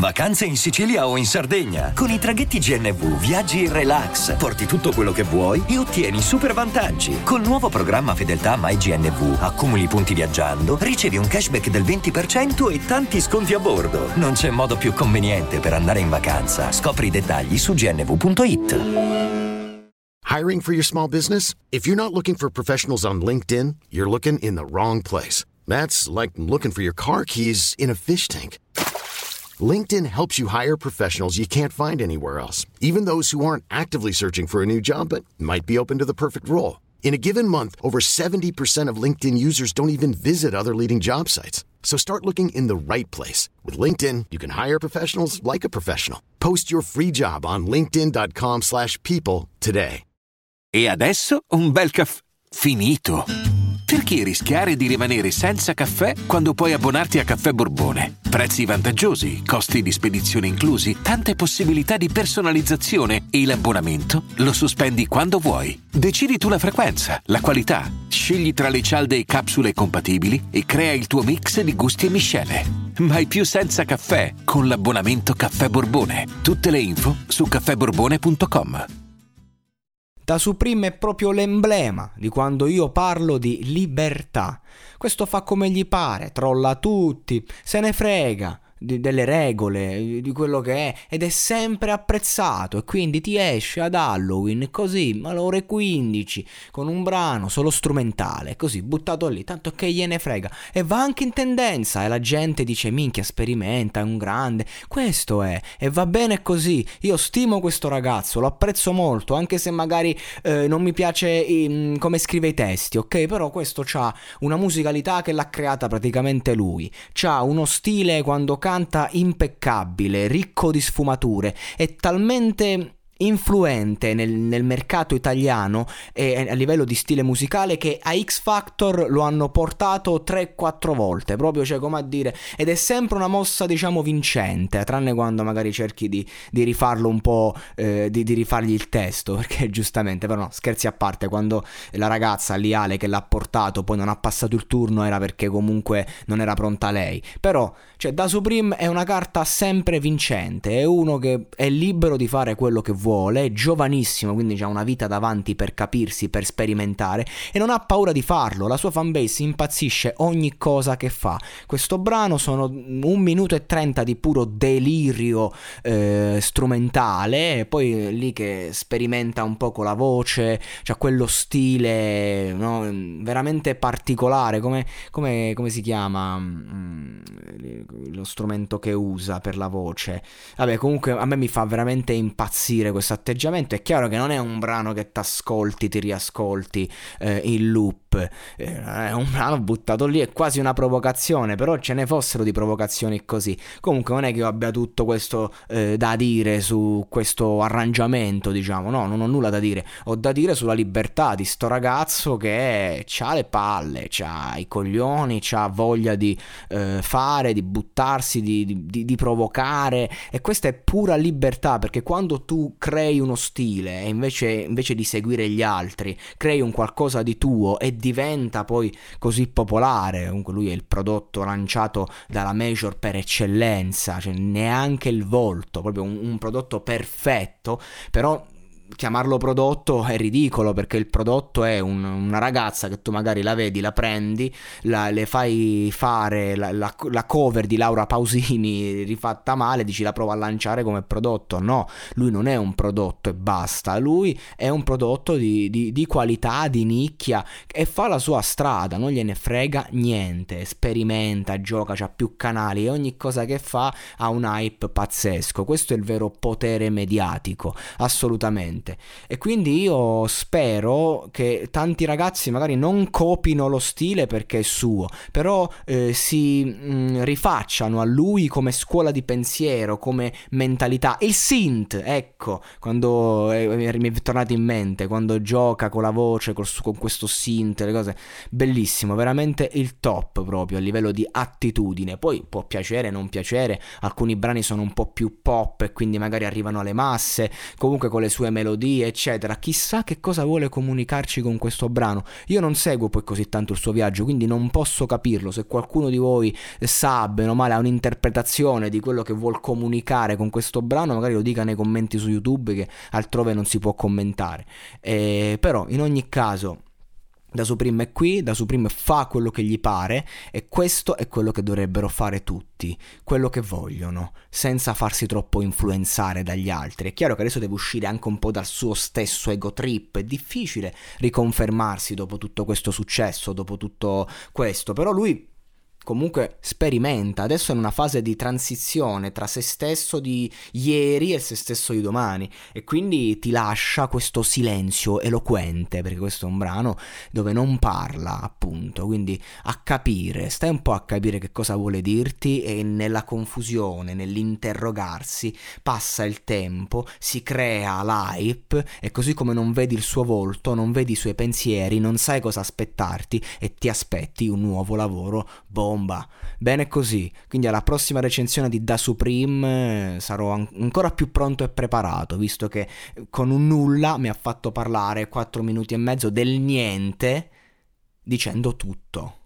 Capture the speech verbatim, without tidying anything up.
Vacanze in Sicilia o in Sardegna. Con i traghetti G N V viaggi in relax, porti tutto quello che vuoi e ottieni super vantaggi. Col nuovo programma Fedeltà MyGNV accumuli punti viaggiando, ricevi un cashback del venti per cento e tanti sconti a bordo. Non c'è modo più conveniente per andare in vacanza. Scopri i dettagli su g n v punto i t. Hiring for your small business? If you're not looking for professionals on LinkedIn, you're looking in the wrong place. That's like looking for your car keys in a fish tank. LinkedIn helps you hire professionals you can't find anywhere else, even those who aren't actively searching for a new job but might be open to the perfect role. In a given month, over seventy percent of LinkedIn users don't even visit other leading job sites. So start looking in the right place. With LinkedIn, you can hire professionals like a professional. Post your free job on linkedin dot com slash people today. E adesso un bel caffè finito. Perché rischiare di rimanere senza caffè quando puoi abbonarti a Caffè Borbone? Prezzi vantaggiosi, costi di spedizione inclusi, tante possibilità di personalizzazione e l'abbonamento lo sospendi quando vuoi. Decidi tu la frequenza, la qualità, scegli tra le cialde e capsule compatibili e crea il tuo mix di gusti e miscele. Mai più senza caffè con l'abbonamento Caffè Borbone. Tutte le info su caffè borbone punto com. Da Supreme è proprio l'emblema di quando io parlo di libertà. Questo fa come gli pare, trolla tutti, se ne frega di, delle regole, di quello che è, ed è sempre apprezzato, e quindi ti esce ad Halloween così alle ore quindici con un brano solo strumentale, così buttato lì, tanto che gliene frega, e va anche in tendenza e la gente dice minchia, sperimenta, è un grande, questo è, e va bene così. Io stimo questo ragazzo, lo apprezzo molto, anche se magari eh, non mi piace eh, come scrive i testi, ok? Però questo c'ha una musicalità che l'ha creata praticamente lui, c'ha uno stile quando canta impeccabile, ricco di sfumature, è talmente influente nel, nel mercato italiano e a livello di stile musicale che a X Factor lo hanno portato tre quattro volte, proprio, cioè, come a dire, ed è sempre una mossa diciamo vincente, tranne quando magari cerchi di, di rifarlo un po', eh, di, di rifargli il testo, perché giustamente, però no, scherzi a parte, quando la ragazza lì Ale che l'ha portato poi non ha passato il turno era perché comunque non era pronta lei, però cioè Da Supreme è una carta sempre vincente, è uno che è libero di fare quello che vuole, è giovanissimo, quindi ha una vita davanti per capirsi, per sperimentare, e non ha paura di farlo. La sua fanbase impazzisce ogni cosa che fa. Questo brano sono un minuto e trenta di puro delirio eh, strumentale, e poi lì che sperimenta un po' con la voce, c'ha quello stile, no, veramente particolare, come, come, come si chiama mm, lo strumento che usa per la voce. Vabbè, comunque a me mi fa veramente impazzire questo atteggiamento. È chiaro che non è un brano che t'ascolti, ti riascolti eh, in loop, eh, è un brano buttato lì, è quasi una provocazione, però ce ne fossero di provocazioni così. Comunque non è che io abbia tutto questo eh, da dire su questo arrangiamento, diciamo, no, non ho nulla da dire, ho da dire sulla libertà di sto ragazzo che c'ha le palle, c'ha i coglioni, c'ha voglia di eh, fare, di buttarsi, di, di, di provocare, e questa è pura libertà, perché quando tu crei uno stile e invece, invece di seguire gli altri crei un qualcosa di tuo e diventa poi così popolare, comunque lui è il prodotto lanciato dalla major per eccellenza, cioè neanche il volto, proprio un, un prodotto perfetto, però chiamarlo prodotto è ridicolo, perché il prodotto è un, una ragazza che tu magari la vedi, la prendi, la, le fai fare la, la, la cover di Laura Pausini rifatta male, dici la prova a lanciare come prodotto. No, lui non è un prodotto e basta, lui è un prodotto di, di, di qualità, di nicchia, e fa la sua strada, non gliene frega niente, sperimenta, gioca, c'ha più canali e ogni cosa che fa ha un hype pazzesco. Questo è il vero potere mediatico, assolutamente. E quindi io spero che tanti ragazzi magari non copino lo stile perché è suo, però eh, si mh, rifacciano a lui come scuola di pensiero, come mentalità. Il synth, ecco, quando eh, mi è tornato in mente, quando gioca con la voce, col, con questo synth, le cose, bellissimo, veramente il top proprio a livello di attitudine. Poi può piacere, non piacere, alcuni brani sono un po' più pop e quindi magari arrivano alle masse, comunque con le sue melodie melodie eccetera, chissà che cosa vuole comunicarci con questo brano. Io non seguo poi così tanto il suo viaggio, quindi non posso capirlo. Se qualcuno di voi sa bene o male, ha un'interpretazione di quello che vuol comunicare con questo brano, magari lo dica nei commenti su YouTube, che altrove non si può commentare. Eh, però in ogni caso Da Supreme è qui, Da Supreme fa quello che gli pare, e questo è quello che dovrebbero fare tutti, quello che vogliono, senza farsi troppo influenzare dagli altri. È chiaro che adesso deve uscire anche un po' dal suo stesso ego trip, è difficile riconfermarsi dopo tutto questo successo, dopo tutto questo, però lui comunque sperimenta, adesso è in una fase di transizione tra se stesso di ieri e se stesso di domani, e quindi ti lascia questo silenzio eloquente, perché questo è un brano dove non parla, appunto, quindi a capire, stai un po' a capire che cosa vuole dirti, e nella confusione, nell'interrogarsi, passa il tempo, si crea l'hype, e così come non vedi il suo volto, non vedi i suoi pensieri, non sai cosa aspettarti e ti aspetti un nuovo lavoro bomba. Bene così, quindi alla prossima recensione di Da Supreme sarò an- ancora più pronto e preparato, visto che con un nulla mi ha fatto parlare quattro minuti e mezzo del niente, dicendo tutto.